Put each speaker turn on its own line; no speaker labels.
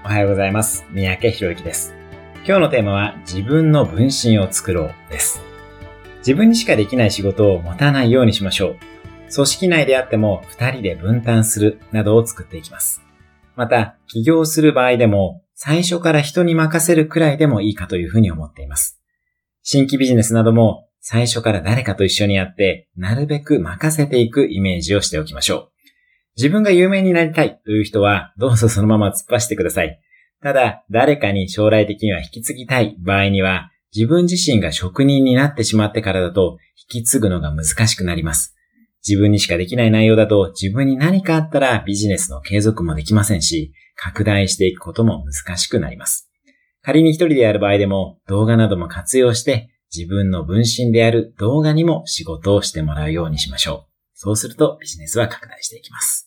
おはようございます。三宅宏之です。今日のテーマは自分の分身を作ろうです。自分にしかできない仕事を持たないようにしましょう。組織内であっても2人で分担するなどを作っていきます。また、起業する場合でも最初から人に任せるくらいでもいいかというふうに思っています。新規ビジネスなども最初から誰かと一緒にやってなるべく任せていくイメージをしておきましょう。自分が有名になりたいという人はどうぞそのまま突っ走ってください。ただ、誰かに将来的には引き継ぎたい場合には、自分自身が職人になってしまってからだと引き継ぐのが難しくなります。自分にしかできない内容だと自分に何かあったらビジネスの継続もできませんし、拡大していくことも難しくなります。仮に一人でやる場合でも動画なども活用して自分の分身である動画にも仕事をしてもらうようにしましょう。そうするとビジネスは拡大していきます。